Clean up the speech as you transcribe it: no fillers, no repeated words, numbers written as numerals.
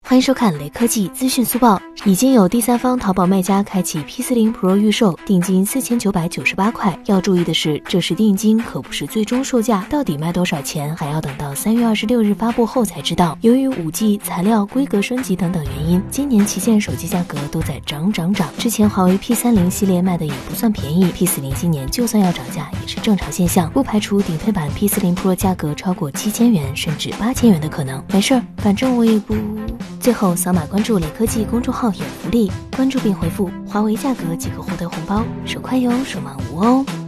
欢迎收看雷科技资讯速报。已经有第三方淘宝卖家开启 P40 Pro 预售，定金4998块。要注意的是，这是定金，可不是最终售价，到底卖多少钱，还要等到3月26日发布后才知道。由于5G、材料、规格升级等等原因，今年旗舰手机价格都在涨。之前华为 P30 系列卖的也不算便宜，P40今年就算要涨价也是正常现象，不排除顶配版 P40 Pro 价格超过7000元甚至8000元的可能。没事儿，反正我也不。最后扫码关注雷科技公众号有福利，关注并回复华为价格即可获得红包，手快有手慢无哦。